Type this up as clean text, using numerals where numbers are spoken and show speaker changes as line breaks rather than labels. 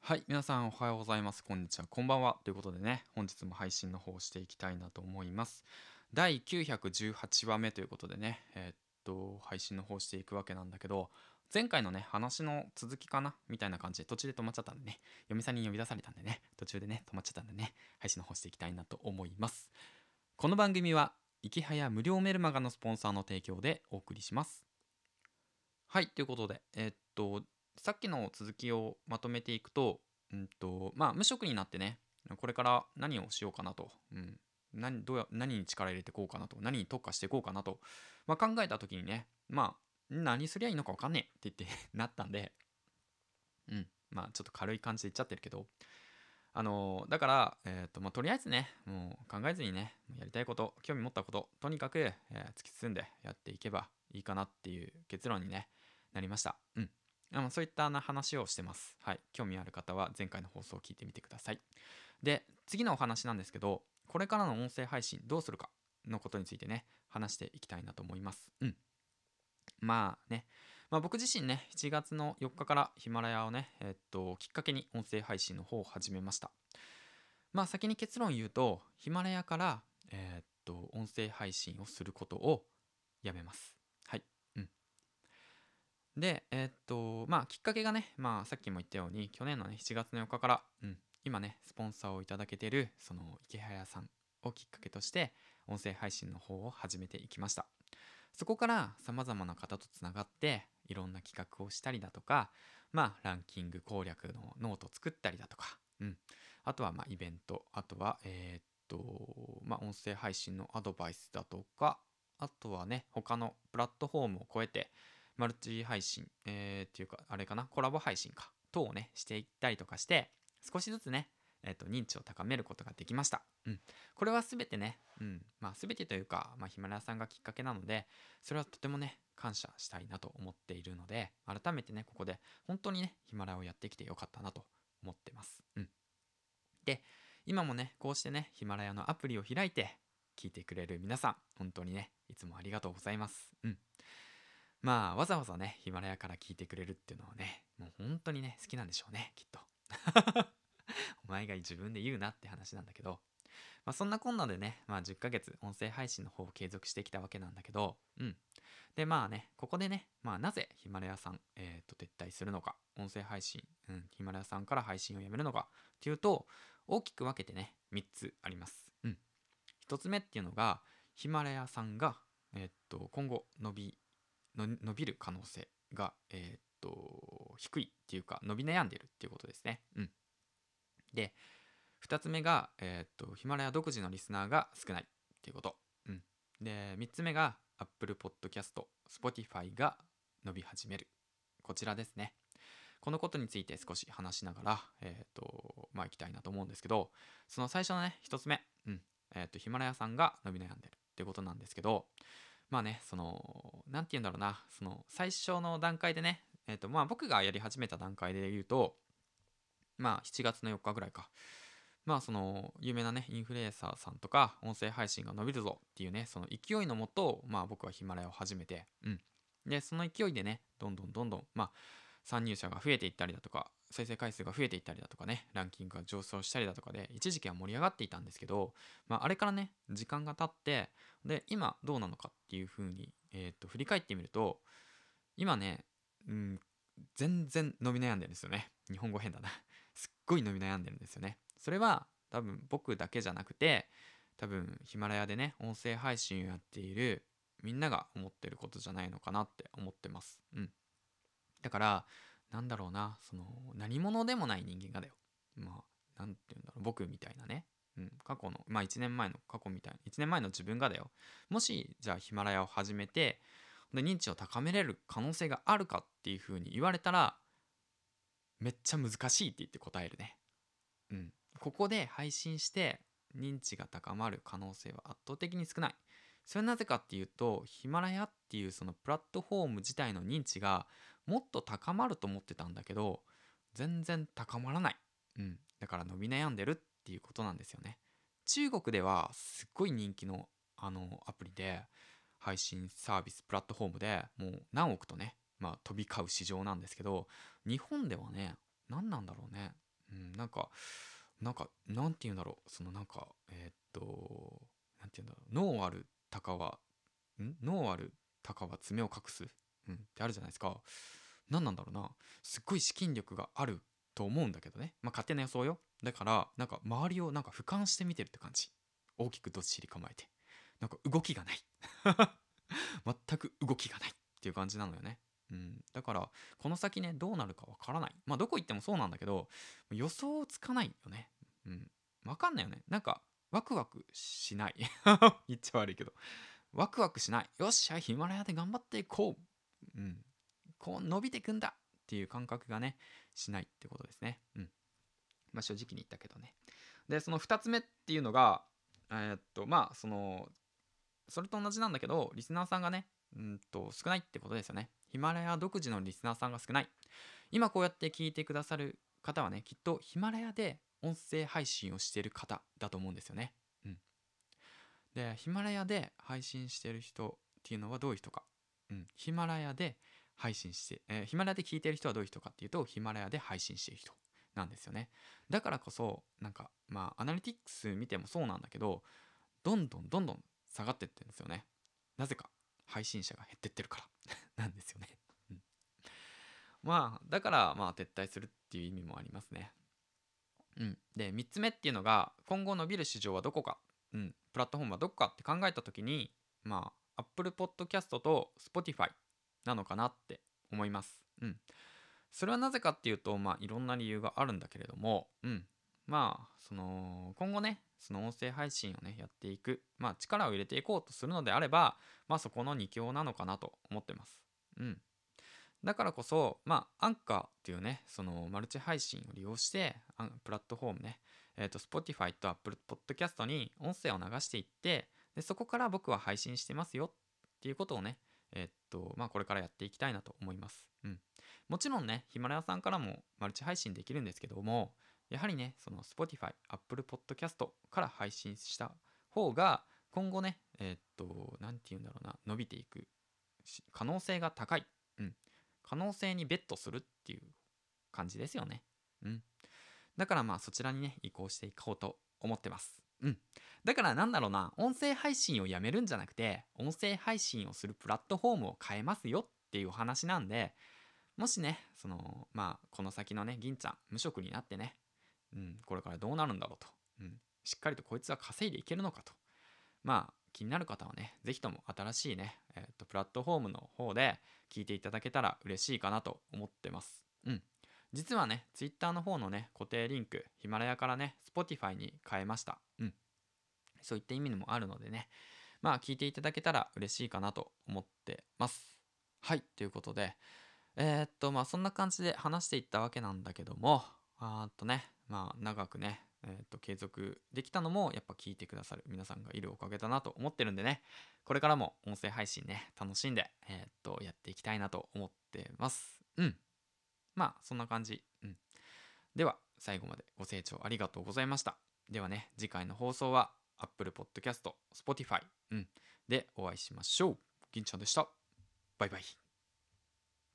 はい、皆さんおはようございます。こんにちは、こんばんは。ということでね、本日も配信の方をしていきたいなと思います。第918話目ということでね、配信の方をしていくわけなんだけど、前回のね、話の続きかなみたいな感じで途中で止まっちゃったんでね、嫁さんに呼び出されたんでね、途中でね、止まっちゃったんでね、配信の方していきたいなと思います。この番組は、いきはや無料メルマガのスポンサーの提供でお送りします。はい、ということで、さっきの続きをまとめていくと、無職になってね、これから何をしようかなと、何に力入れていこうかなと、何に特化していこうかなと、考えた時にね、何すりゃいいのか分かんねえって言ってなったんで、ちょっと軽い感じで言っちゃってるけど、だから、とりあえずね、もう考えずにね、やりたいこと、興味持ったこと、とにかく、突き進んでやっていけばいいかなっていう結論にね、なりました。そういった話をしてます。はい。興味ある方は前回の放送を聞いてみてください。で、次のお話なんですけど、これからの音声配信どうするかのことについてね、話していきたいなと思います。まあね、僕自身ね、7月の4日からヒマラヤをね、きっかけに音声配信の方を始めました。先に結論言うと、ヒマラヤから、音声配信をすることをやめます。はい。うん。で、きっかけがね、さっきも言ったように、去年のね、7月の4日から、今ね、スポンサーをいただけている、その、池早さんをきっかけとして、音声配信の方を始めていきました。そこから様々な方とつながって、いろんな企画をしたりだとか、ランキング攻略のノートを作ったりだとか、あとはイベント、あとは、音声配信のアドバイスだとか、あとはね、他のプラットフォームを超えて、マルチ配信、っていうか、あれかな、コラボ配信か、等をね、していったりとかして、少しずつね、認知を高めることができました。これはすべてね、すべてというか、ヒマラヤさんがきっかけなので、それはとてもね、感謝したいなと思っているので、改めてね、ここで本当にね、ヒマラヤをやってきてよかったなと思ってます。で、今もね、こうしてね、ヒマラヤのアプリを開いて、聞いてくれる皆さん、本当にね、いつもありがとうございます。わざわざね、ヒマラヤから聞いてくれるっていうのはね、もう本当にね、好きなんでしょうね、きっと。お前が自分で言うなって話なんだけど、そんなこんなでね、10ヶ月音声配信の方を継続してきたわけなんだけど、で、ここでね、なぜヒマラヤさん、撤退するのか、音声配信、ヒマラヤさんから配信をやめるのかっていうと、大きく分けてね、3つあります。1つ目っていうのが、ヒマラヤさんが、今後伸びる可能性が、低いっていうか、伸び悩んでるっていうことですね。で、2つ目が、ヒマラヤ独自のリスナーが少ないっていうこと。で、3つ目が Apple Podcast、Spotify が伸び始める。こちらですね。このことについて少し話しながら、いきたいなと思うんですけど、その最初のね、1つ目、ヒマラヤさんが伸び悩んでるってことなんですけど、なんて言うんだろうな、その最初の段階でね、僕がやり始めた段階で言うと、7月の4日ぐらいか。その有名なねインフルエンサーさんとか音声配信が伸びるぞっていうねその勢いのもと、僕はヒマラヤを始めて、でその勢いでねどんどんどんどん参入者が増えていったりだとか再生回数が増えていったりだとかねランキングが上昇したりだとかで一時期は盛り上がっていたんですけど、あれからね時間が経ってで今どうなのかっていう風に振り返ってみると今ね、全然伸び悩んでるんですよね。日本語変だな。すっごい伸び悩んでるんですよね。それは多分僕だけじゃなくて、多分ヒマラヤでね、音声配信をやっているみんなが思ってることじゃないのかなって思ってます。だから、なんだろうな、その、何者でもない人間がだよ。なんて言うんだろう、僕みたいなね。過去の、1年前の過去みたいな、1年前の自分がだよ。もし、じゃあヒマラヤを始めて、で認知を高めれる可能性があるかっていう風に言われたらめっちゃ難しいって言って答えるね。ここで配信して認知が高まる可能性は圧倒的に少ない。それはなぜかっていうとヒマラヤっていうそのプラットフォーム自体の認知がもっと高まると思ってたんだけど全然高まらない。だから伸び悩んでるっていうことなんですよね。中国ではすっごい人気のアプリで配信サービスプラットフォームでもう何億とね飛び交う市場なんですけど日本ではね何なんだろうねなんて言うんだろう、なんて言うんだろう、脳ある鷹は爪を隠す、ってあるじゃないですか。何なんだろうな、すっごい資金力があると思うんだけどね、まあ勝手な予想よ。だからなんか周りをなんか俯瞰して見てるって感じ。大きくどっしり構えて、なんか動きがない全く動きがないっていう感じなのよね。だからこの先ねどうなるかわからない。まあどこ行ってもそうなんだけど、予想つかないよね。わかんないよね。なんかワクワクしない言っちゃ悪いけど、ワクワクしない。よっしゃヒマラヤで頑張っていこう、こう伸びていくんだっていう感覚がねしないってことですね。まあ正直に言ったけどね。でその2つ目っていうのがまあそれと同じなんだけど、リスナーさんがね少ないってことですよね。ヒマラヤ独自のリスナーさんが少ない。今こうやって聞いてくださる方はね、きっとヒマラヤで音声配信をしている方だと思うんですよね。でヒマラヤで配信している人っていうのはどういう人か。ヒマラヤで配信して、ヒマラヤで聞いている人はどういう人かっていうと、ヒマラヤで配信している人なんですよね。だからこそなんかまあアナリティクス見てもそうなんだけど、どんどんどんどん下がってってるんですよね。なぜか配信者が減ってってるからなんですよね。まあだからまあ撤退するっていう意味もありますね。で3つ目っていうのが、今後伸びる市場はどこか、プラットフォームはどこかって考えた時に、まあ Apple Podcast と Spotify なのかなって思います。それはなぜかっていうと、まあいろんな理由があるんだけれども、まあ今後ねその音声配信をねやっていく、まあ力を入れていこうとするのであれば、まあそこの2強なのかなと思ってます。だからこそ、まあ、アンカーっていうね、そのマルチ配信を利用して、プラットフォームね、Spotify と Apple Podcast に音声を流していって、でそこから僕は配信してますよっていうことをね、まあ、これからやっていきたいなと思います。もちろんね、ヒマラヤさんからもマルチ配信できるんですけども、やはりね、その Spotify、Apple Podcast から配信した方が、今後ね、なんて言うんだろうな、伸びていく可能性が高い。可能性にベットするっていう感じですよね。だからまあそちらにね移行していこうと思ってます。だからなんだろうな、音声配信をやめるんじゃなくて、音声配信をするプラットフォームを変えますよっていうお話なんで、もしねまあこの先のね銀ちゃん無職になってね、これからどうなるんだろうと、しっかりとこいつは稼いでいけるのかと、まあ気になる方はね、ぜひとも新しいね、プラットフォームの方で聞いていただけたら嬉しいかなと思ってます。実はね、Twitter の方のね、固定リンク、ヒマラヤからね、Spotify に変えました。そういった意味もあるのでね、まあ聞いていただけたら嬉しいかなと思ってます。はい、ということで、まあそんな感じで話していったわけなんだけども、まあ長くね、継続できたのもやっぱ聞いてくださる皆さんがいるおかげだなと思ってるんでね、これからも音声配信ね楽しんでやっていきたいなと思ってます。まあそんな感じ。では最後までご清聴ありがとうございました。ではね、次回の放送は Apple Podcast、Spotify、でお会いしましょう。銀ちゃんでした。バイバイ。